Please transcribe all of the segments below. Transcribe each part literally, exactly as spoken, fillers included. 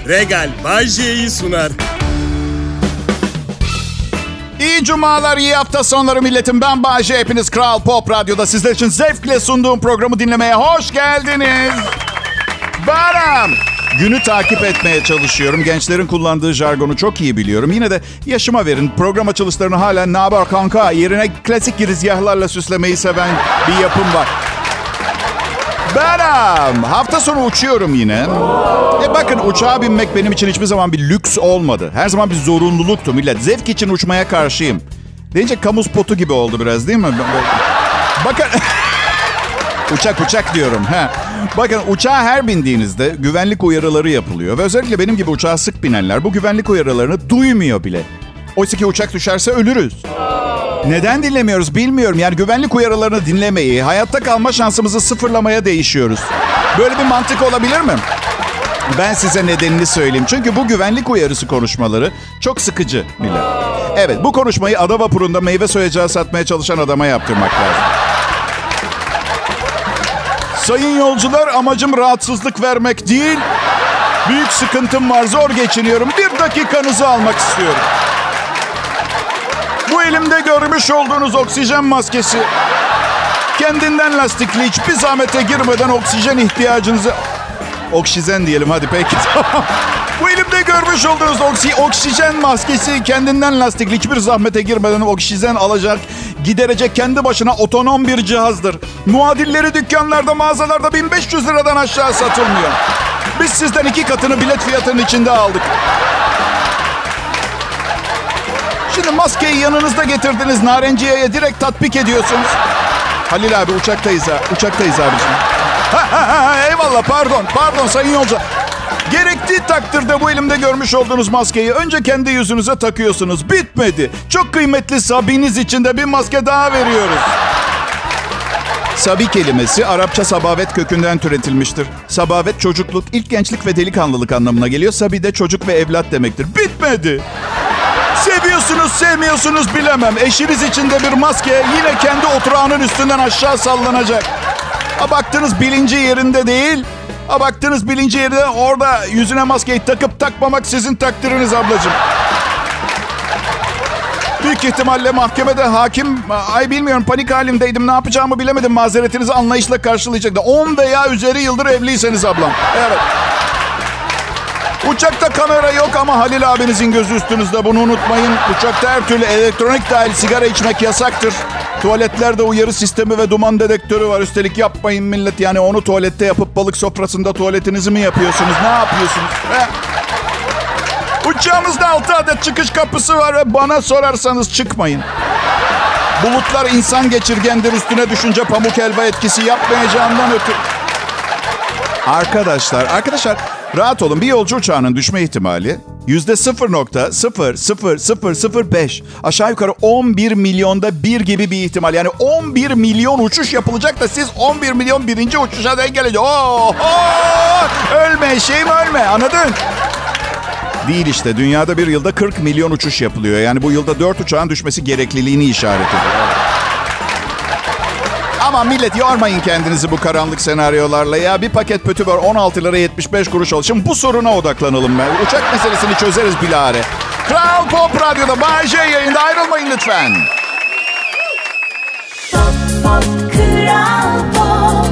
Regal Bajje'yi sunar. İyi cumalar, iyi hafta sonları milletim. Ben Bayece. Hepiniz Kral Pop Radyo'da sizler için zevkle sunduğum programı dinlemeye hoş geldiniz. Benim. Günü takip etmeye çalışıyorum. Gençlerin kullandığı jargonu çok iyi biliyorum. Yine de yaşıma verin. Program açılışlarını hala "ne haber kanka" yerine klasik girizgahlarla süslemeyi seven bir yapım var. Benim. Hafta sonu uçuyorum yine. E bakın, uçağa binmek benim için hiçbir zaman bir lüks olmadı. Her zaman bir zorunluluktu millet. Zevk için uçmaya karşıyım. Deyince kamu spotu gibi oldu biraz, değil mi? Bakın... uçak uçak diyorum. He. Bakın, uçağa her bindiğinizde güvenlik uyarıları yapılıyor. Ve özellikle benim gibi uçağa sık binenler bu güvenlik uyarılarını duymuyor bile. Oysa ki uçak düşerse ölürüz. Neden dinlemiyoruz bilmiyorum. Yani güvenlik uyarılarını dinlemeyi, hayatta kalma şansımızı sıfırlamaya değişiyoruz. Böyle bir mantık olabilir mi? Ben size nedenini söyleyeyim. Çünkü bu güvenlik uyarısı konuşmaları çok sıkıcı millet. Evet, bu konuşmayı ada vapurunda meyve soyacağı satmaya çalışan adama yaptırmak lazım. Sayın yolcular, amacım rahatsızlık vermek değil. Büyük sıkıntım var, zor geçiniyorum. Bir dakikanızı almak istiyorum. Bu elimde görmüş olduğunuz oksijen maskesi kendinden lastikli, hiçbir zahmete girmeden oksijen ihtiyacınızı... Oksijen diyelim hadi, peki tamam. Bu elimde görmüş olduğunuz oksi, oksijen maskesi kendinden lastikli, hiçbir zahmete girmeden oksijen alacak, giderecek kendi başına otonom bir cihazdır. Muadilleri dükkanlarda, mağazalarda bin beş yüz liradan aşağı satılmıyor. Biz sizden iki katını bilet fiyatının içinde aldık. Şimdi maskeyi yanınızda getirdiniz, narenciyeye direkt tatbik ediyorsunuz. Halil abi, uçaktayız ha, uçaktayız abiciğim. Ha, ha, ha, eyvallah, pardon, pardon sayın yolcu. Gerektiği takdirde bu elimde görmüş olduğunuz maskeyi önce kendi yüzünüze takıyorsunuz. Bitmedi. Çok kıymetli sabiniz için de bir maske daha veriyoruz. Sabi kelimesi Arapça sabavet kökünden türetilmiştir. Sabavet çocukluk, ilk gençlik ve delikanlılık anlamına geliyor. Sabi de çocuk ve evlat demektir. Bitmedi. Seviyorsunuz, sevmiyorsunuz bilemem. Eşiniz için de bir maske yine kendi oturağının üstünden aşağı sallanacak. Ha, baktınız bilinci yerinde değil. Ha, baktınız bilinci yerinde, orada yüzüne maskeyi takıp takmamak sizin takdiriniz ablacığım. Büyük ihtimalle mahkemede hakim, ay bilmiyorum, panik halimdeydim, ne yapacağımı bilemedim, mazeretinizi anlayışla karşılayacaktı. on veya üzeri yıldır evliyseniz ablam. Evet. Uçakta kamera yok ama Halil abinizin gözü üstünüzde, bunu unutmayın. Uçakta her türlü elektronik dahil sigara içmek yasaktır. Tuvaletlerde uyarı sistemi ve duman dedektörü var. Üstelik yapmayın millet, yani onu tuvalette yapıp balık sofrasında tuvaletinizi mi yapıyorsunuz? Ne yapıyorsunuz? He? Uçağımızda altı adet çıkış kapısı var ve bana sorarsanız çıkmayın. Bulutlar insan geçirgendir, üstüne düşünce pamuk helva etkisi yapmayacağından ötürü. Arkadaşlar, arkadaşlar rahat olun. Bir yolcu uçağının düşme ihtimali yüzde sıfır nokta sıfır sıfır sıfır sıfır beş. Aşağı yukarı on bir milyonda bir gibi bir ihtimal. Yani on bir milyon uçuş yapılacak da siz on bir milyon birinci uçuşa denk gelecek. Oo, oo, ölme şeyim ölme, anladın? Değil işte. Dünyada bir yılda kırk milyon uçuş yapılıyor. Yani bu yılda dört uçağın düşmesi gerekliliğini işaret ediyor. Ama millet, yormayın kendinizi bu karanlık senaryolarla ya. Bir paket pötibör on altı lira yetmiş beş kuruş oldu. Şimdi bu soruna odaklanalım ben. Uçak meselesini çözeriz bilahare. Kral Pop Radyo'da Bay J yayında, ayrılmayın lütfen. Pop, pop, Kral Pop.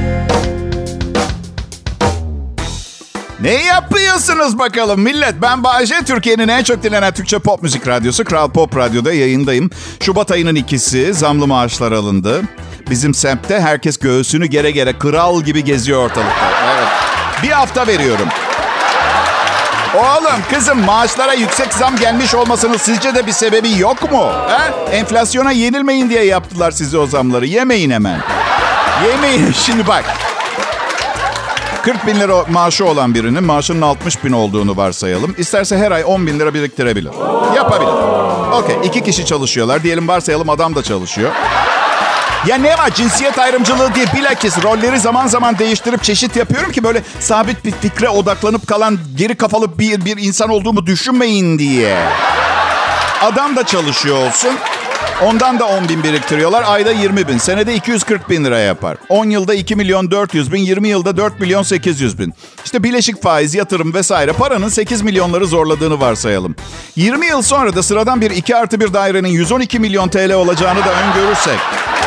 Ne yapıyorsunuz bakalım millet? Ben Bayece, Türkiye'nin en çok dinlenen Türkçe pop müzik radyosu Kral Pop Radyo'da yayındayım. Şubat ayının ikisi zamlı maaşlar alındı. Bizim semtte herkes göğsünü gere gere kral gibi geziyor ortalıkta. Evet. Bir hafta veriyorum. Oğlum, kızım, maaşlara yüksek zam gelmiş olmasının sizce de bir sebebi yok mu? He? Enflasyona yenilmeyin diye yaptılar size o zamları. Yemeyin hemen. Yemeyin. Şimdi bak. kırk bin lira maaşı olan birinin maaşının altmış bin olduğunu varsayalım. İsterse her ay on bin lira biriktirebilir. Yapabilir. Okey, iki kişi çalışıyorlar. Diyelim varsayalım adam da çalışıyor. Ya ne var, cinsiyet ayrımcılığı değil. Bilakis rolleri zaman zaman değiştirip çeşit yapıyorum ki böyle sabit bir fikre odaklanıp kalan geri kafalı bir, bir insan olduğumu düşünmeyin diye. Adam da çalışıyor olsun. Ondan da on bin biriktiriyorlar. Ayda yirmi bin. Senede iki yüz kırk bin lira yapar. on yılda iki milyon dört yüz bin. yirmi yılda dört milyon sekiz yüz bin. İşte bileşik faiz, yatırım vesaire paranın sekiz milyonları zorladığını varsayalım. yirmi yıl sonra da sıradan bir iki artı bir dairenin yüz on iki milyon T L olacağını da öngörürsek.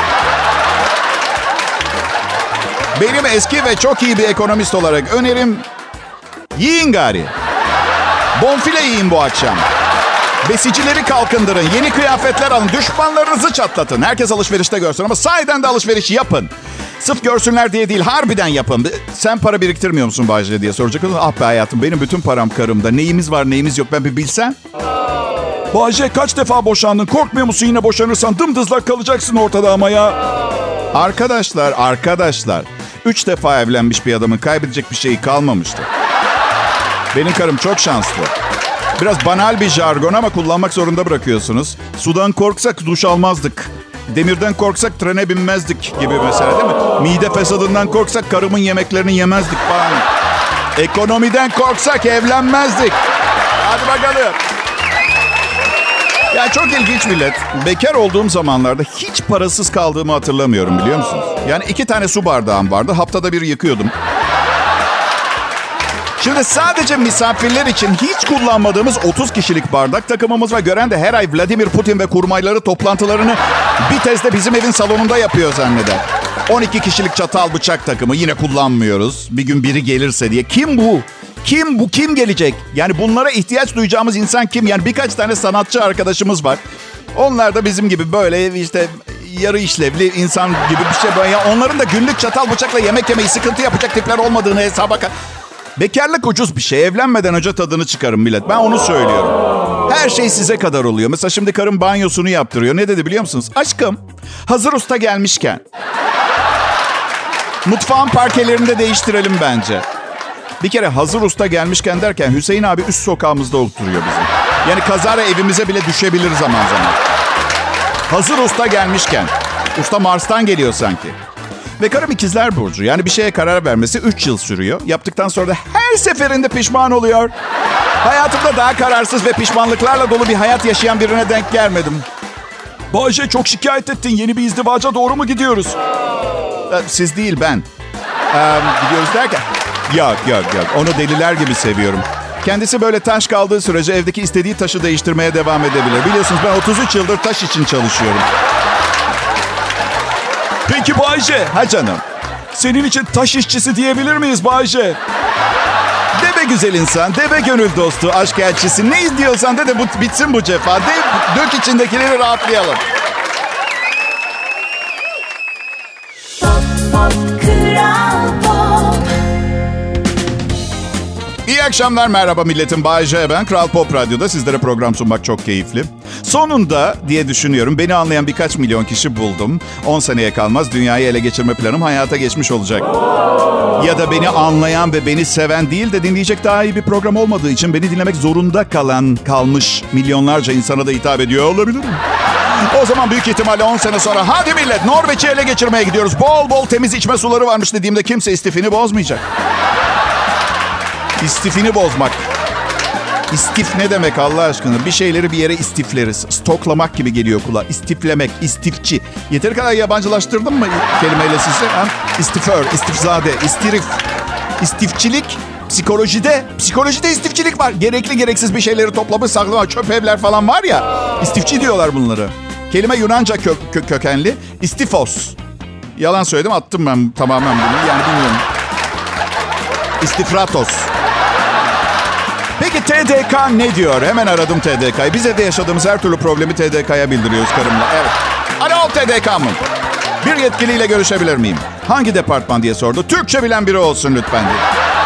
Benim eski ve çok iyi bir ekonomist olarak önerim yiyin gari. Bonfile yiyin bu akşam. Besicileri kalkındırın. Yeni kıyafetler alın. Düşmanlarınızı çatlatın. Herkes alışverişte görsün ama sahiden de alışveriş yapın. Sırf görsünler diye değil, harbiden yapın. Sen para biriktirmiyor musun Bayce diye soracak olursa, ah be hayatım, benim bütün param karımda. Neyimiz var neyimiz yok ben bir bilsem. Bayce kaç defa boşandın? Korkmuyor musun yine boşanırsan? Dımdızlak kalacaksın ortada ama ya. Arkadaşlar, arkadaşlar. Üç defa evlenmiş bir adamın kaybedecek bir şeyi kalmamıştı. Benim karım çok şanslı. Biraz banal bir jargon ama kullanmak zorunda bırakıyorsunuz. Sudan korksak duş almazdık. Demirden korksak trene binmezdik gibi mesela, değil mi? Mide fesadından korksak karımın yemeklerini yemezdik falan. Ekonomiden korksak evlenmezdik. Hadi bakalım. Ya çok ilginç millet. Bekar olduğum zamanlarda hiç parasız kaldığımı hatırlamıyorum, biliyor musunuz? Yani iki tane su bardağım vardı. Haftada bir yıkıyordum. Şimdi sadece misafirler için hiç kullanmadığımız otuz kişilik bardak takımımız var. Gören de her ay Vladimir Putin ve kurmayları toplantılarını bir tezde bizim evin salonunda yapıyor zanneder. on iki kişilik çatal bıçak takımı yine kullanmıyoruz. Bir gün biri gelirse diye. Kim bu? Kim bu? Kim gelecek? Yani bunlara ihtiyaç duyacağımız insan kim? Yani birkaç tane sanatçı arkadaşımız var. Onlar da bizim gibi böyle işte yarı işlevli insan gibi bir şey. Böyle. Yani onların da günlük çatal bıçakla yemek yemeyi sıkıntı yapacak tipler olmadığını hesaba kat... Bekarlık ucuz bir şey. Evlenmeden önce tadını çıkarın millet. Ben onu söylüyorum. Her şey size kadar oluyor. Mesela şimdi karım banyosunu yaptırıyor. Ne dedi biliyor musunuz? Aşkım, hazır usta gelmişken mutfağın parkelerini de değiştirelim bence. Bir kere hazır usta gelmişken derken Hüseyin abi üst sokağımızda oturuyor bizim. Yani kazara evimize bile düşebilir zaman zaman. Hazır usta gelmişken. Usta Mars'tan geliyor sanki. Ve karım ikizler burcu. Yani bir şeye karar vermesi üç yıl sürüyor. Yaptıktan sonra da her seferinde pişman oluyor. Hayatımda daha kararsız ve pişmanlıklarla dolu bir hayat yaşayan birine denk gelmedim. Bayce çok şikayet ettin. Yeni bir izdivaca doğru mu gidiyoruz? Siz değil, ben. Ee, gidiyoruz derken... Yok yok yok. Onu deliler gibi seviyorum. Kendisi böyle taş kaldığı sürece evdeki istediği taşı değiştirmeye devam edebilir. Biliyorsunuz ben otuz üç yıldır taş için çalışıyorum. Peki Bayce. Ha canım. Senin için taş işçisi diyebilir miyiz Bayce? De be güzel insan, de be gönül dostu, aşk elçisi. Ne izliyorsan de de bu, bitsin bu cefa. De, dök içindekileri rahatlayalım. Pop, pop, Kral Pop. İyi akşamlar, merhaba milletim. Bay J ben. Kral Pop Radyo'da sizlere program sunmak çok keyifli. Sonunda diye düşünüyorum beni anlayan birkaç milyon kişi buldum. on seneye kalmaz dünyayı ele geçirme planım hayata geçmiş olacak. Ya da beni anlayan ve beni seven değil de dinleyecek daha iyi bir program olmadığı için beni dinlemek zorunda kalan, kalmış milyonlarca insana da hitap ediyor olabilir mi? O zaman büyük ihtimalle on sene sonra hadi millet Norveç'i ele geçirmeye gidiyoruz. Bol bol temiz içme suları varmış dediğimde kimse istifini bozmayacak. İstifini bozmak. İstif ne demek Allah aşkına? Bir şeyleri bir yere istifleriz. Stoklamak gibi geliyor kulağa. İstiflemek, istifçi. Yeteri kadar yabancılaştırdım mı kelimeyle sizi? Ha? İstiför, istifzade, istirif. İstifçilik psikolojide. Psikolojide istifçilik var. Gerekli gereksiz bir şeyleri toplamış saklama. Çöp evler falan var ya. İstifçi diyorlar bunları. Kelime Yunanca kö- kö- kökenli. İstifos. Yalan söyledim, attım ben tamamen bunu. Yani bilmiyorum. İstifratos. Peki T D K ne diyor? Hemen aradım T D K'yı. Biz evde yaşadığımız her türlü problemi T D K'ya bildiriyoruz karımla. Evet. Alo T D K mı? Bir yetkiliyle görüşebilir miyim? Hangi departman diye sordu. Türkçe bilen biri olsun lütfen diye.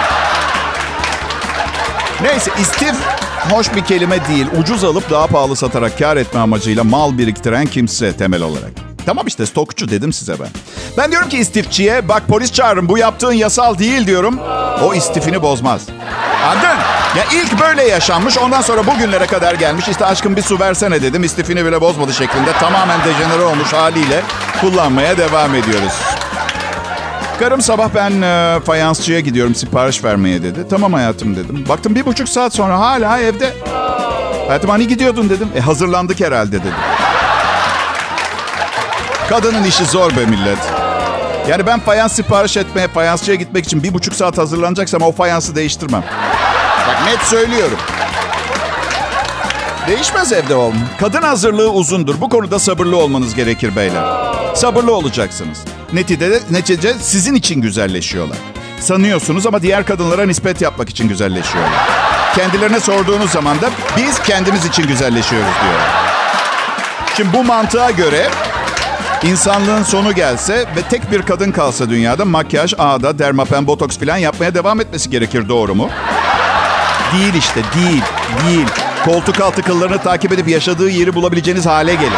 Neyse, istif hoş bir kelime değil. Ucuz alıp daha pahalı satarak kar etme amacıyla mal biriktiren kimse temel olarak. Tamam işte stokçu dedim size ben. Ben diyorum ki istifçiye bak polis çağırın bu yaptığın yasal değil diyorum. O istifini bozmaz. Anladın? Ya ilk böyle yaşanmış ondan sonra bugünlere kadar gelmiş. İşte aşkım bir su versene dedim. İstifini bile bozmadı şeklinde tamamen dejenere olmuş haliyle kullanmaya devam ediyoruz. Karım sabah ben e, fayansçıya gidiyorum sipariş vermeye dedi. Tamam hayatım dedim. Baktım bir buçuk saat sonra hala evde. Hayatım hani gidiyordun dedim. E hazırlandık herhalde dedi. Kadının işi zor be millet. Yani ben fayans sipariş etmeye, fayansçıya gitmek için bir buçuk saat hazırlanacaksam o fayansı değiştirmem. Bak net söylüyorum. Değişmez evde oğlum. Kadın hazırlığı uzundur. Bu konuda sabırlı olmanız gerekir beyler. Sabırlı olacaksınız. Neticede, neticede sizin için güzelleşiyorlar. Sanıyorsunuz ama diğer kadınlara nispet yapmak için güzelleşiyorlar. Kendilerine sorduğunuz zaman da biz kendimiz için güzelleşiyoruz diyorlar. Şimdi bu mantığa göre insanlığın sonu gelse ve tek bir kadın kalsa dünyada makyaj, ağda, dermapen, botoks falan yapmaya devam etmesi gerekir, doğru mu? Değil işte, değil, değil. Koltuk altı kıllarını takip edip yaşadığı yeri bulabileceğiniz hale gelir.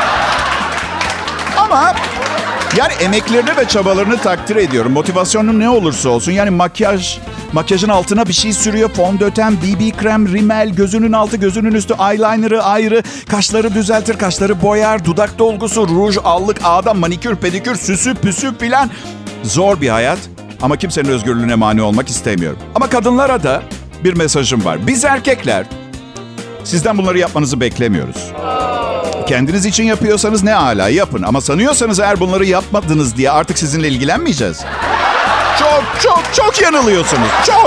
Ama yani emeklerini ve çabalarını takdir ediyorum. Motivasyonu ne olursa olsun. Yani makyaj, makyajın altına bir şey sürüyor. Fondöten, B B krem, rimel, gözünün altı, gözünün üstü, eyeliner'ı ayrı. Kaşları düzeltir, kaşları boyar, dudak dolgusu, ruj, allık, ağda, manikür, pedikür, süsü, püsü filan. Zor bir hayat ama kimsenin özgürlüğüne mani olmak istemiyorum. Ama kadınlara da bir mesajım var. Biz erkekler sizden bunları yapmanızı beklemiyoruz. Kendiniz için yapıyorsanız ne âlâ yapın. Ama sanıyorsanız eğer bunları yapmadınız diye artık sizinle ilgilenmeyeceğiz. Çok çok çok yanılıyorsunuz. Çok.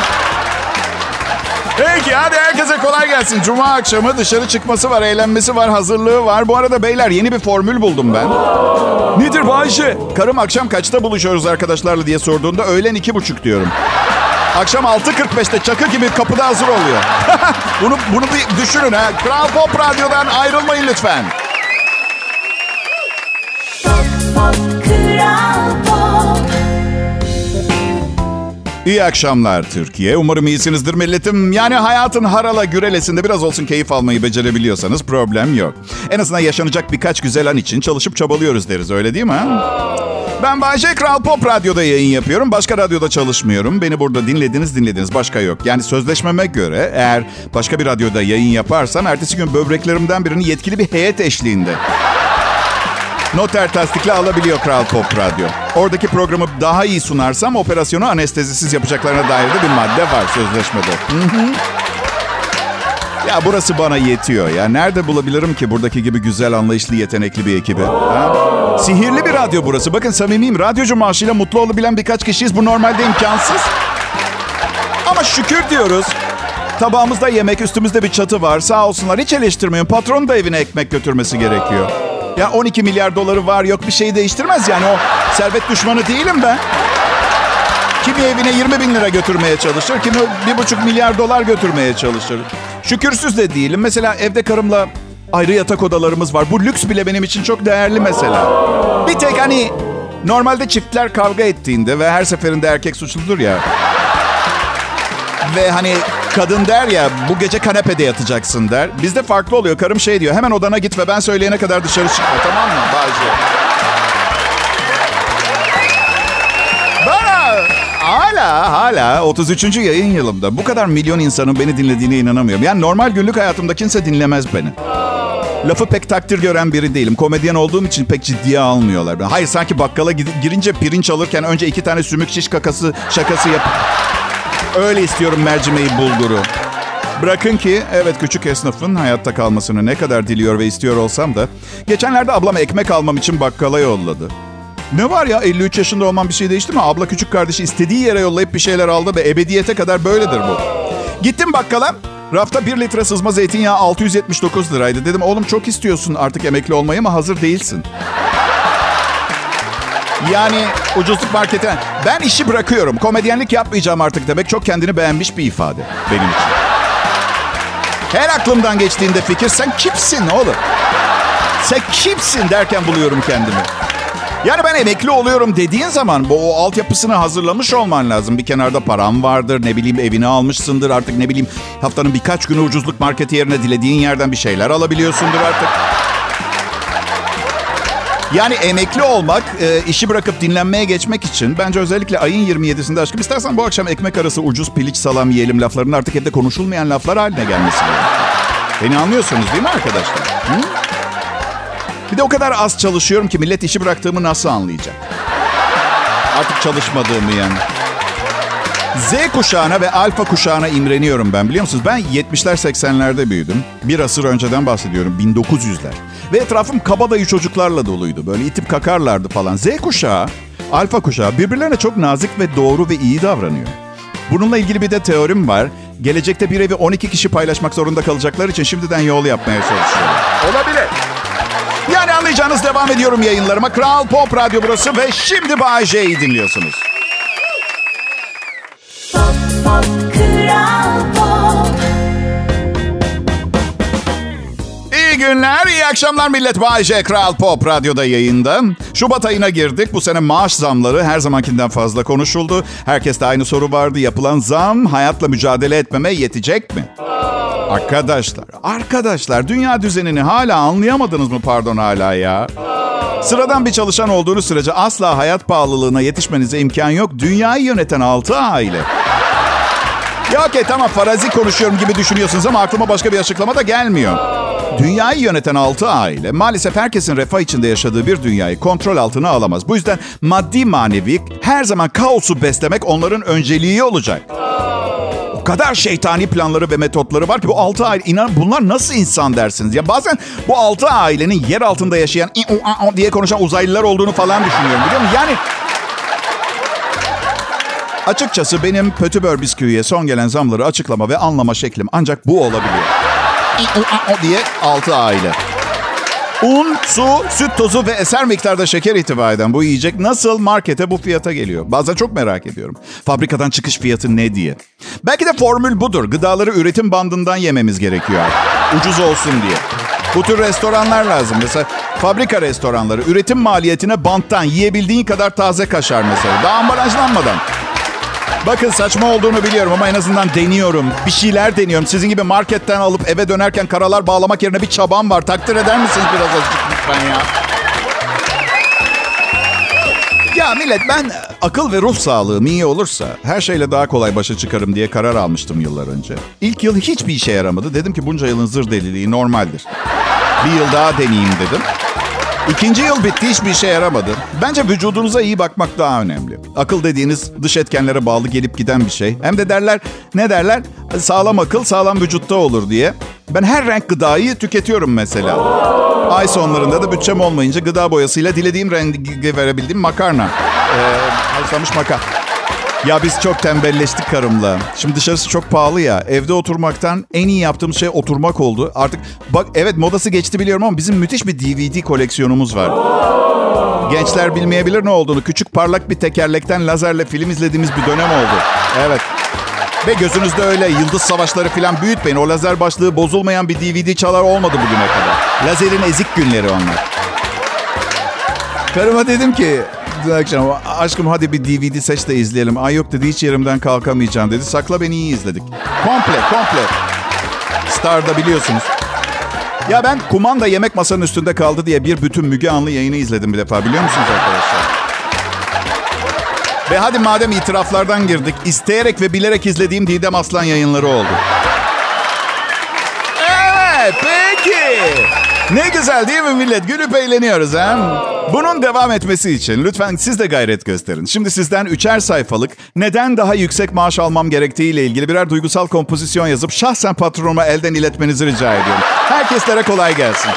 Peki hadi herkese kolay gelsin. Cuma akşamı dışarı çıkması var, eğlenmesi var, hazırlığı var. Bu arada beyler yeni bir formül buldum ben. Nedir Bayşe? Karım akşam kaçta buluşuyoruz arkadaşlarla diye sorduğunda öğlen iki buçuk diyorum. Akşam altı kırk beşte çakı gibi kapıda hazır oluyor. bunu bunu bir düşünün ha. Kral Pop Radyo'dan ayrılmayın lütfen. Pop, pop, Kral Pop. İyi akşamlar Türkiye. Umarım iyisinizdir milletim. Yani hayatın harala gürelesinde biraz olsun keyif almayı becerebiliyorsanız problem yok. En azından yaşanacak birkaç güzel an için çalışıp çabalıyoruz deriz, öyle değil mi? Ben Bayşe, Kral Pop Radyo'da yayın yapıyorum. Başka radyoda çalışmıyorum. Beni burada dinlediniz dinlediniz. Başka yok. Yani sözleşmeme göre eğer başka bir radyoda yayın yaparsam ertesi gün böbreklerimden birini yetkili bir heyet eşliğinde noter tasdikle alabiliyor Kral Pop Radyo. Oradaki programı daha iyi sunarsam operasyonu anestezisiz yapacaklarına dair de bir madde var sözleşmede. Hı hı. Ya burası bana yetiyor ya. Nerede bulabilirim ki buradaki gibi güzel, anlayışlı, yetenekli bir ekibi? Ha? Sihirli bir radyo burası. Bakın samimiyim. Radyocu maaşıyla mutlu olabilen birkaç kişiyiz. Bu normalde imkansız. Ama şükür diyoruz. Tabağımızda yemek, üstümüzde bir çatı var. Sağ olsunlar. Hiç eleştirmiyorum. Patron da evine ekmek götürmesi gerekiyor. Ya on iki milyar doları var yok bir şey değiştirmez yani. O servet düşmanı değilim ben. Kimi evine yirmi bin lira götürmeye çalışır. Kimi bir buçuk milyar dolar götürmeye çalışır. Şükürsüz de değilim. Mesela evde karımla ayrı yatak odalarımız var. Bu lüks bile benim için çok değerli mesela. Bir tek hani normalde çiftler kavga ettiğinde ve her seferinde erkek suçludur ya. Ve hani kadın der ya bu gece kanepede yatacaksın der. Bizde farklı oluyor. Karım şey diyor, hemen odana git ve ben söyleyene kadar dışarı çıkma, tamam mı? Bayce. Bana hala hala otuz üçüncü yayın yılımda bu kadar milyon insanın beni dinlediğine inanamıyorum. Yani normal günlük hayatımda kimse dinlemez beni. Lafı pek takdir gören biri değilim. Komedyen olduğum için pek ciddiye almıyorlar. Hayır, sanki bakkala girince pirinç alırken önce iki tane sümük şiş kakası şakası yap. Öyle istiyorum mercimeği, bulguru. Bırakın ki evet, küçük esnafın hayatta kalmasını ne kadar diliyor ve istiyor olsam da geçenlerde ablam ekmek almam için bakkala yolladı. Ne var ya, elli üç yaşında olmam bir şey değişti mi? Abla küçük kardeşi istediği yere yollayıp bir şeyler aldı ve ebediyete kadar böyledir bu. Gittim bakkala. Rafta bir litre sızma zeytinyağı altı yüz yetmiş dokuz liraydı. Dedim oğlum çok istiyorsun artık emekli olmayı ama hazır değilsin. Yani ucuzluk markete. Ben işi bırakıyorum. Komedyenlik yapmayacağım artık demek çok kendini beğenmiş bir ifade benim için. Her aklımdan geçtiğinde fikir sen kimsin oğlum? Sen kimsin derken buluyorum kendimi. Yani ben emekli oluyorum dediğin zaman bu o altyapısını hazırlamış olman lazım. Bir kenarda param vardır, ne bileyim evini almışsındır artık, ne bileyim haftanın birkaç günü ucuzluk marketi yerine dilediğin yerden bir şeyler alabiliyorsundur artık. Yani emekli olmak, e, işi bırakıp dinlenmeye geçmek için bence özellikle ayın yirmi yedisinde aşkım istersen bu akşam ekmek arası ucuz piliç salam yiyelim laflarının artık evde konuşulmayan laflar haline gelmesi gerekiyor. Beni anlıyorsunuz değil mi arkadaşlar? Hı? Bir de o kadar az çalışıyorum ki millet işi bıraktığımı nasıl anlayacak? Artık çalışmadığımı yani. Z kuşağına ve alfa kuşağına imreniyorum ben, biliyor musunuz? Ben yetmişler seksenlerde büyüdüm. Bir asır önceden bahsediyorum, bin dokuz yüzler. Ve etrafım kabadayı çocuklarla doluydu. Böyle itip kakarlardı falan. Z kuşağı, alfa kuşağı birbirlerine çok nazik ve doğru ve iyi davranıyor. Bununla ilgili bir de teorim var. Gelecekte bir evi on iki kişi paylaşmak zorunda kalacaklar için şimdiden yol yapmaya çalışıyorum. Olabilir. Yani anlayacağınız, devam ediyorum yayınlarıma. Kral Pop Radyo burası ve şimdi Bay J'yi dinliyorsunuz. Pop, pop, Kral Pop. İyi günler, iyi akşamlar millet. Bay J, Kral Pop Radyo'da yayında. Şubat ayına girdik. Bu sene maaş zamları her zamankinden fazla konuşuldu. Herkeste aynı soru vardı. Yapılan zam hayatla mücadele etmeme yetecek mi? Arkadaşlar, arkadaşlar dünya düzenini hala anlayamadınız mı, pardon hala ya? Sıradan bir çalışan olduğunuz sürece asla hayat pahalılığına yetişmenize imkan yok. Dünyayı yöneten altı aile. Ya okey tamam, farazi konuşuyorum gibi düşünüyorsunuz ama aklıma başka bir açıklama da gelmiyor. Dünyayı yöneten altı aile maalesef herkesin refah içinde yaşadığı bir dünyayı kontrol altına alamaz. Bu yüzden maddi manevi her zaman kaosu beslemek onların önceliği olacak. O kadar şeytani planları ve metotları var ki bu altı aile, inan bunlar nasıl insan dersiniz? Ya bazen bu altı ailenin yer altında yaşayan diye konuşan uzaylılar olduğunu falan düşünüyorum, biliyor musun? Yani açıkçası benim Pötibör bisküviye son gelen zamları açıklama ve anlama şeklim ancak bu olabiliyor. diye altı aile. Un, su, süt tozu ve eser miktarda şeker ihtiva eden bu yiyecek nasıl markete bu fiyata geliyor? Bazen çok merak ediyorum. Fabrikadan çıkış fiyatı ne diye. Belki de formül budur. Gıdaları üretim bandından yememiz gerekiyor. Ucuz olsun diye. Bu tür restoranlar lazım. Mesela fabrika restoranları üretim maliyetine banttan yiyebildiğin kadar taze kaşar mesela. Daha ambalajlanmadan. Bakın saçma olduğunu biliyorum ama en azından deniyorum. Bir şeyler deniyorum. Sizin gibi marketten alıp eve dönerken karalar bağlamak yerine bir çabam var. Takdir eder misiniz biraz azıcık lütfen ya? Ya millet, ben akıl ve ruh sağlığım iyi olursa her şeyle daha kolay başa çıkarım diye karar almıştım yıllar önce. İlk yıl hiçbir işe yaramadı. Dedim ki bunca yılın zır deliliği normaldir. Bir yıl daha deneyeyim dedim. İkinci yıl bitti, hiçbir işe yaramadı. Bence vücudunuza iyi bakmak daha önemli. Akıl dediğiniz dış etkenlere bağlı gelip giden bir şey. Hem de derler, ne derler? Sağlam akıl sağlam vücutta olur diye. Ben her renk gıdayı tüketiyorum mesela. Ay sonlarında da bütçem olmayınca gıda boyasıyla dilediğim rengi verebildiğim makarna. Ee, haşlanmış makarna. Ya biz çok tembelleştik karımla. Şimdi dışarısı çok pahalı ya. Evde oturmaktan en iyi yaptığımız şey oturmak oldu. Artık bak, evet modası geçti biliyorum ama bizim müthiş bir D V D koleksiyonumuz var. Gençler bilmeyebilir ne olduğunu. Küçük parlak bir tekerlekten lazerle film izlediğimiz bir dönem oldu. Evet. Ve gözünüzde öyle yıldız savaşları falan büyütmeyin. O lazer başlığı bozulmayan bir D V D çalar olmadı bugüne kadar. Lazerin ezik günleri onlar. Karıma dedim ki dün akşam, aşkım hadi bir D V D seç de izleyelim. Ay yok dedi, hiç yerimden kalkamayacağım dedi. Sakla Beni iyi izledik. Komple komple. Star'da biliyorsunuz. Ya ben kumanda yemek masanın üstünde kaldı diye bir bütün Müge Anlı yayını izledim bir defa, biliyor musunuz arkadaşlar? Ve hadi madem itiraflardan girdik, isteyerek ve bilerek izlediğim Didem Aslan yayınları oldu. Evet, peki. Ne güzel değil mi millet? Gülüp eğleniyoruz ha? Bunun devam etmesi için lütfen siz de gayret gösterin. Şimdi sizden üçer sayfalık neden daha yüksek maaş almam gerektiğiyle ilgili birer duygusal kompozisyon yazıp şahsen patronuma elden iletmenizi rica ediyorum. Herkeslere kolay gelsin.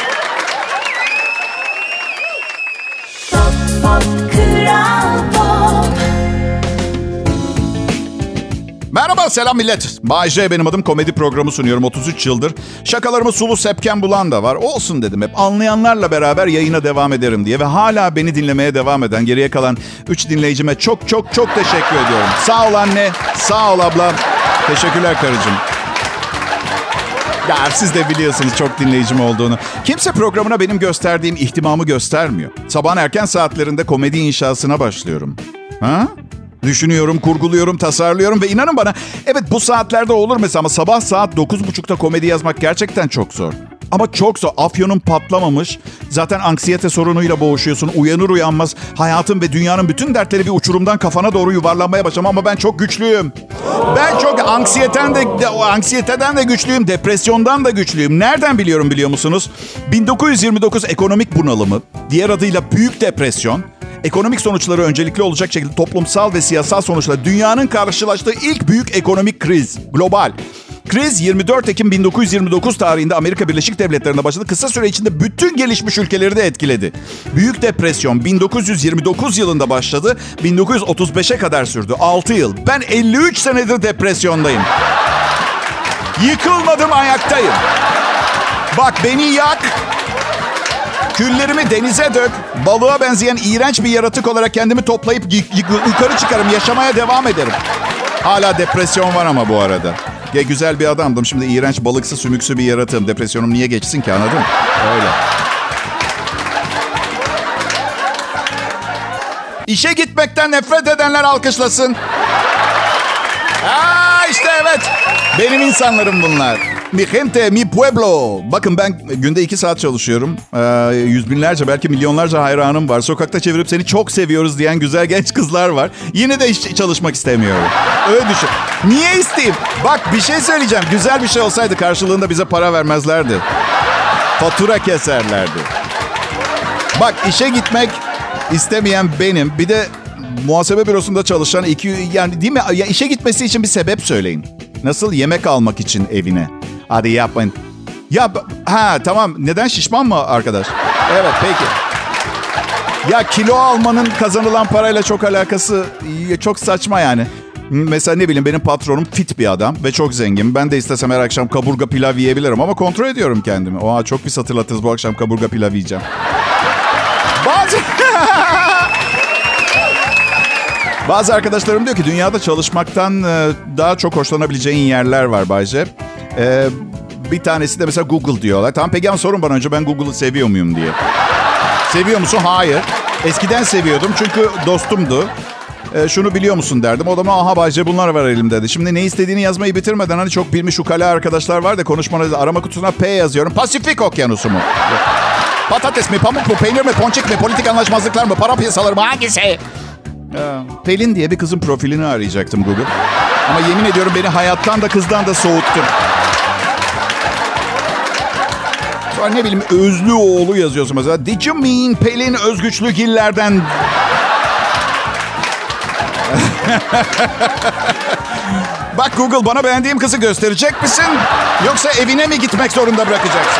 Pop, pop, Kral Pop. Merhaba, selam millet. Bay J benim adım, komedi programı sunuyorum otuz üç yıldır. Şakalarımı sulu sepken bulan da var. Olsun dedim hep. Anlayanlarla beraber yayına devam ederim diye. Ve hala beni dinlemeye devam eden geriye kalan üç dinleyicime çok çok çok teşekkür ediyorum. Sağ ol anne, sağ ol abla. Teşekkürler karıcığım. Ya siz de biliyorsunuz çok dinleyicim olduğunu. Kimse programına benim gösterdiğim ihtimamı göstermiyor. Sabahın erken saatlerinde komedi inşasına başlıyorum. Ha? Düşünüyorum, kurguluyorum, tasarlıyorum ve inanın bana, evet bu saatlerde olur mesela ama sabah saat dokuz buçukta komedi yazmak gerçekten çok zor. Ama çok zor. Afyonun patlamamış. Zaten anksiyete sorunuyla boğuşuyorsun. Uyanır uyanmaz hayatın ve dünyanın bütün dertleri bir uçurumdan kafana doğru yuvarlanmaya başlamış ama ben çok güçlüyüm. Ben çok anksiyeten de, de anksiyeteden de güçlüyüm, depresyondan da güçlüyüm. Nereden biliyorum biliyor musunuz? bin dokuz yüz yirmi dokuz ekonomik bunalımı, diğer adıyla büyük depresyon Ekonomik sonuçları öncelikli olacak şekilde toplumsal ve siyasal sonuçlar. Dünyanın karşılaştığı ilk büyük ekonomik kriz. Global. Kriz yirmi dört Ekim bin dokuz yüz yirmi dokuz tarihinde Amerika Birleşik Devletleri'nde başladı. Kısa süre içinde bütün gelişmiş ülkeleri de etkiledi. Büyük Depresyon bin dokuz yüz yirmi dokuz yılında başladı. bin dokuz yüz otuz beşe kadar sürdü. altı yıl. Ben elli üç senedir depresyondayım. Yıkılmadım, ayaktayım. Bak beni yak. Küllerimi denize dök. Balığa benzeyen iğrenç bir yaratık olarak kendimi toplayıp y- y- yukarı çıkarım. Yaşamaya devam ederim. Hala depresyon var ama bu arada. Ya güzel bir adamdım. Şimdi iğrenç balıksı sümüksü bir yaratığım. Depresyonum niye geçsin ki, anladın mı? Öyle. İşe gitmekten nefret edenler alkışlasın. Aa işte evet. Benim insanlarım bunlar. Mi gente, mi pueblo. Bakın ben günde iki saat çalışıyorum. Ee, yüz binlerce, belki milyonlarca hayranım var. Sokakta çevirip seni çok seviyoruz diyen güzel genç kızlar var. Yine de hiç çalışmak istemiyorum. Öyle düşün. Niye isteyeyim? Bak bir şey söyleyeceğim. Güzel bir şey olsaydı karşılığında bize para vermezlerdi. Fatura keserlerdi. Bak işe gitmek istemeyen benim. Bir de muhasebe bürosunda çalışan iki, yani değil mi? Ya işe gitmesi için bir sebep söyleyin. Nasıl? Yemek almak için evine. Hadi yapmayın. Ya ha tamam. Neden, şişman mı arkadaş? Evet peki. Ya kilo almanın kazanılan parayla çok alakası çok saçma yani. Mesela ne bileyim, benim patronum fit bir adam ve çok zengin. Ben de istesem her akşam kaburga pilav yiyebilirim ama kontrol ediyorum kendimi. Oha çok pis hatırlatırız, bu akşam kaburga pilav yiyeceğim. Bazı... Bazı arkadaşlarım diyor ki dünyada çalışmaktan daha çok hoşlanabileceğin yerler var Bayce. Ee, bir tanesi de mesela Google diyorlar. Tamam peki ama sorun bana önce, ben Google'ı seviyor muyum diye. Seviyor musun? Hayır. Eskiden seviyordum çünkü dostumdu. Ee, şunu biliyor musun derdim. O da aha Bayce bunlar var elimde dedi. Şimdi ne istediğini yazmayı bitirmeden hani çok bilmiş ukala arkadaşlar var da konuşmanızda arama kutusuna P yazıyorum. Pasifik Okyanusu mu? Patates mi, pamuk mu, peynir mi, ponçik mi, politik anlaşmazlıklar mı, para piyasaları mı, hangisi? Pelin diye bir kızın profilini arayacaktım Google. Ama yemin ediyorum beni hayattan da kızdan da soğuttu. Sonra ne bileyim Özlüoğlu yazıyorsun mesela. Did you mean Pelin Özgüçlügiller'den? Bak Google, bana beğendiğim kızı gösterecek misin? Yoksa evine mi gitmek zorunda bırakacaksın?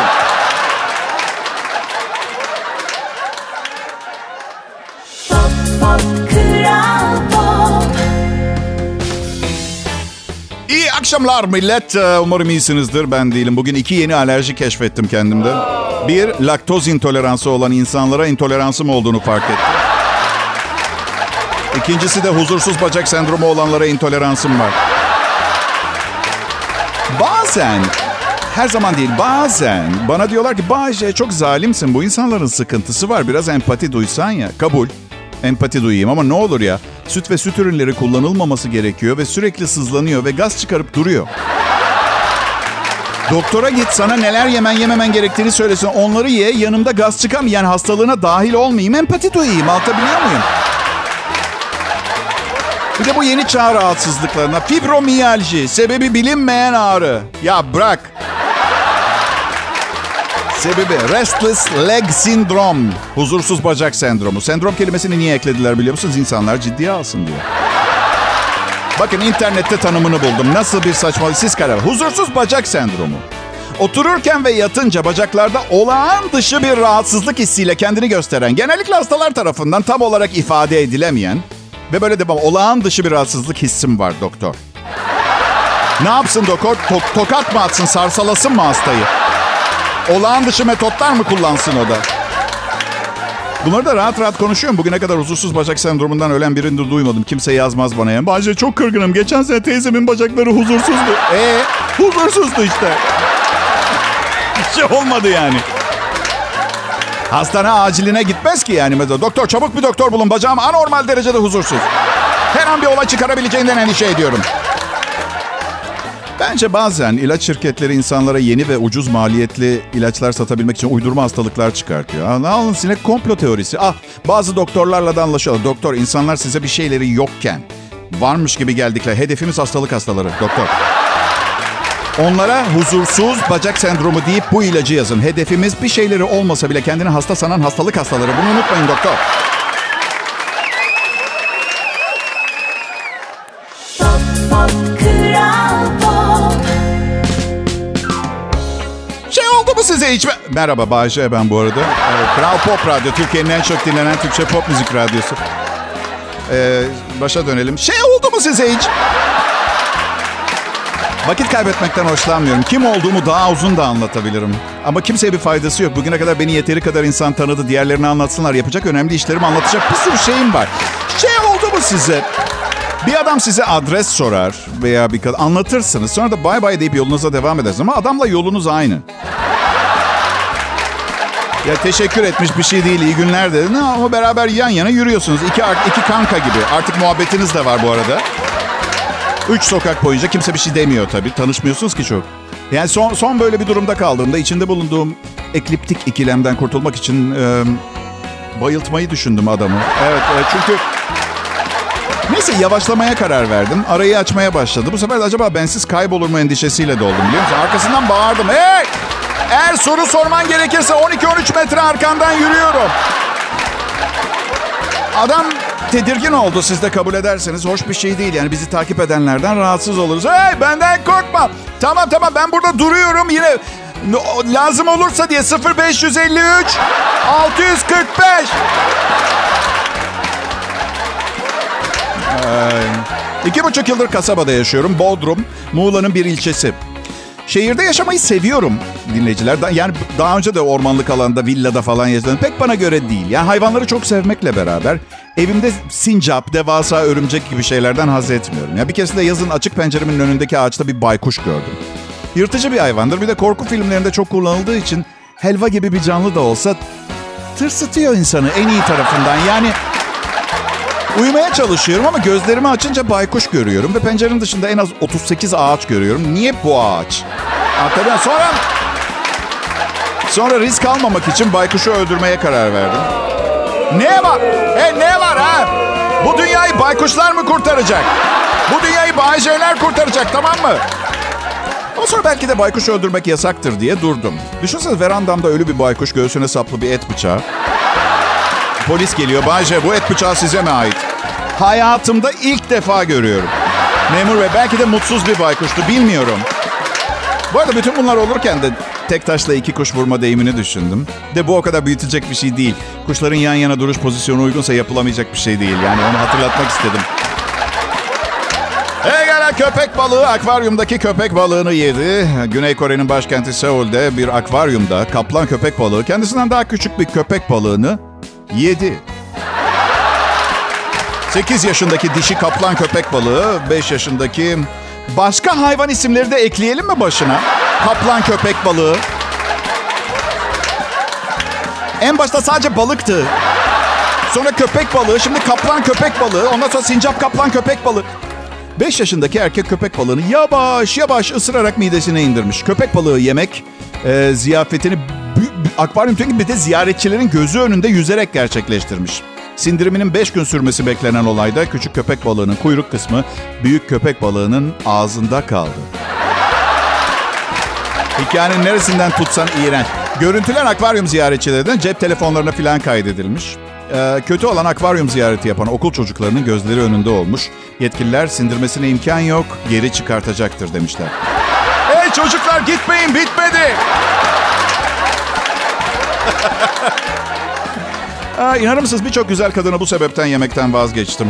İyi akşamlar millet. Umarım iyisinizdir. Ben değilim. Bugün iki yeni alerji keşfettim kendimde. Bir, laktoz intoleransı olan insanlara intoleransım olduğunu fark ettim. İkincisi de huzursuz bacak sendromu olanlara intoleransım var. Bazen, her zaman değil bazen bana diyorlar ki Bayce çok zalimsin. Bu insanların sıkıntısı var. Biraz empati duysan ya. Kabul. Empati duyayım ama ne olur ya. Süt ve süt ürünleri kullanılmaması gerekiyor ve sürekli sızlanıyor ve gaz çıkarıp duruyor. Doktora git, sana neler yemen yememen gerektiğini söylesin. Onları ye, yanımda gaz çıkam. Yani hastalığına dahil olmayayım, empati duyayım. Anlatabiliyor muyum? Bir de bu yeni çağ rahatsızlıklarına. Fibromiyalji, sebebi bilinmeyen ağrı. Ya bırak. Sebebi restless leg syndrome. Huzursuz bacak sendromu. Sendrom kelimesini niye eklediler biliyor musunuz? İnsanlar ciddiye alsın diye. Bakın internette tanımını buldum. Nasıl bir saçmalık, siz karar. Huzursuz bacak sendromu. Otururken ve yatınca bacaklarda olağan dışı bir rahatsızlık hissiyle kendini gösteren, genellikle hastalar tarafından tam olarak ifade edilemeyen ve böyle de olağan dışı bir rahatsızlık hissim var doktor. Ne yapsın doktor? To- tokat mı atsın, sarsalasın mı hastayı? Olağan dışı metotlar mı kullansın o da? Bunları da rahat rahat konuşuyorum. Bugüne kadar huzursuz bacak sendromundan ölen birini de duymadım. Kimse yazmaz bana yani. Bahçe çok kırgınım. Geçen sene teyzemin bacakları huzursuzdu. Eee? Huzursuzdu işte. Bir şey olmadı yani. Hastane aciline gitmez ki yani. Mesela doktor, çabuk bir doktor bulun. Bacağım anormal derecede huzursuz. Her an bir olay çıkarabileceğinden endişe ediyorum. Bence bazen ilaç şirketleri insanlara yeni ve ucuz maliyetli ilaçlar satabilmek için uydurma hastalıklar çıkartıyor. Alın sinek komplo teorisi. Ah, bazı doktorlarla da anlaşıyorlar. Doktor, insanlar size bir şeyleri yokken varmış gibi geldikler. Hedefimiz hastalık hastaları. Doktor. Onlara huzursuz bacak sendromu deyip bu ilacı yazın. Hedefimiz bir şeyleri olmasa bile kendini hasta sanan hastalık hastaları. Bunu unutmayın doktor. size hiç... Merhaba, Bay J ben bu arada. Evet, Kral Pop Radyo, Türkiye'nin en çok dinlenen Türkçe pop müzik radyosu. Ee, başa dönelim. Şey oldu mu size hiç? Vakit kaybetmekten hoşlanmıyorum. Kim olduğumu daha uzun da anlatabilirim. Ama kimseye bir faydası yok. Bugüne kadar beni yeteri kadar insan tanıdı. Diğerlerini anlatsınlar. Yapacak önemli işlerimi anlatacak bir sürü şeyim var. Şey oldu mu size? Bir adam size adres sorar veya bir kadın anlatırsınız. Sonra da bay bay deyip yolunuza devam edersiniz. Ama adamla yolunuz aynı. Ya teşekkür etmiş bir şey değil, iyi günler dedi. Ama beraber yan yana yürüyorsunuz. İki, iki kanka gibi. Artık muhabbetiniz de var bu arada. Üç sokak boyunca kimse bir şey demiyor tabii. Tanışmıyorsunuz ki çok. Yani son, son böyle bir durumda kaldığımda içinde bulunduğum ekliptik ikilemden kurtulmak için e, bayıltmayı düşündüm adamı. Evet, e, çünkü neyse yavaşlamaya karar verdim. Arayı açmaya başladı. Bu sefer de acaba bensiz kaybolur mu endişesiyle doldum, biliyor musun? Arkasından bağırdım. Hey! Eğer soru sorman gerekirse on iki on üç metre arkandan yürüyorum. Adam tedirgin oldu, siz de kabul ederseniz. Hoş bir şey değil yani, bizi takip edenlerden rahatsız oluruz. Hey, benden korkma. Tamam tamam, ben burada duruyorum. Yine lazım olursa diye sıfır beş yüz elli üç altı yüz kırk beş. Ee, iki buçuk yıldır kasabada yaşıyorum. Bodrum, Muğla'nın bir ilçesi. Şehirde yaşamayı seviyorum dinleyiciler. Yani daha önce de ormanlık alanda, villada falan yaşadım. Pek bana göre değil. Yani hayvanları çok sevmekle beraber evimde sincap, devasa örümcek gibi şeylerden haz etmiyorum. Ya bir keresinde yazın açık penceremin önündeki ağaçta bir baykuş gördüm. Yırtıcı bir hayvandır. Bir de korku filmlerinde çok kullanıldığı için helva gibi bir canlı da olsa tırsıtıyor insanı en iyi tarafından. Yani uyumaya çalışıyorum ama gözlerimi açınca baykuş görüyorum. Ve pencerenin dışında en az otuz sekiz ağaç görüyorum. Niye bu ağaç? Anladın? Sonra, sonra risk almamak için baykuşu öldürmeye karar verdim. Ne var? Hey, ne var ha? Bu dünyayı baykuşlar mı kurtaracak? Bu dünyayı Bay J'ler kurtaracak, tamam mı? Ama sonra belki de baykuş öldürmek yasaktır diye durdum. Düşünsene, verandamda ölü bir baykuş, göğsüne saplı bir et bıçağı. Polis geliyor. Bay J, bu et bıçağı size mi ait? Hayatımda ilk defa görüyorum. Memur bey, belki de mutsuz bir baykuştu, bilmiyorum. Bu arada bütün bunlar olurken de tek taşla iki kuş vurma deyimini düşündüm. De bu o kadar büyütecek bir şey değil. Kuşların yan yana duruş pozisyonu uygunsa yapılamayacak bir şey değil. Yani onu hatırlatmak istedim. Egala köpek balığı akvaryumdaki köpek balığını yedi. Güney Kore'nin başkenti Seul'de bir akvaryumda kaplan köpek balığı kendisinden daha küçük bir köpek balığını yedi. sekiz yaşındaki dişi kaplan köpek balığı, beş yaşındaki... Başka hayvan isimleri de ekleyelim mi başına? Kaplan köpek balığı. En başta sadece balıktı. Sonra köpek balığı, şimdi kaplan köpek balığı. Ondan sonra sincap kaplan köpek balığı. beş yaşındaki erkek köpek balığını yavaş yavaş ısırarak midesine indirmiş. Köpek balığı yemek e, ziyafetini akvaryum gibi bir de ziyaretçilerin gözü önünde yüzerek gerçekleştirmiş. Sindiriminin beş gün sürmesi beklenen olayda küçük köpek balığının kuyruk kısmı büyük köpek balığının ağzında kaldı. Hikayenin neresinden tutsan iğrenç. Görüntüler akvaryum ziyaretçilerden cep telefonlarına falan kaydedilmiş. Ee, kötü olan akvaryum ziyareti yapan okul çocuklarının gözleri önünde olmuş. Yetkililer sindirmesine imkan yok, geri çıkartacaktır demişler. Hey çocuklar, gitmeyin, bitmedi. Aa, inanır mısınız, birçok güzel kadını bu sebepten yemekten vazgeçtim.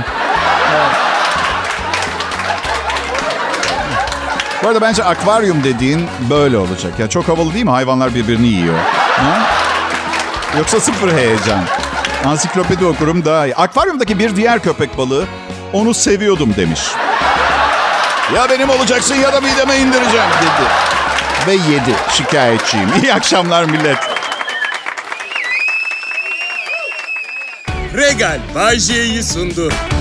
Bu arada bence akvaryum dediğin böyle olacak. Ya çok havalı değil mi? Hayvanlar birbirini yiyor. Ha? Yoksa sıfır heyecan. Ansiklopedi okurum daha iyi. Akvaryumdaki bir diğer köpek balığı onu seviyordum demiş. Ya benim olacaksın ya da mideme indireceğim dedi. Ve yedi. Şikayetçiyim. İyi akşamlar millet. Regal Bay J'yi sundu.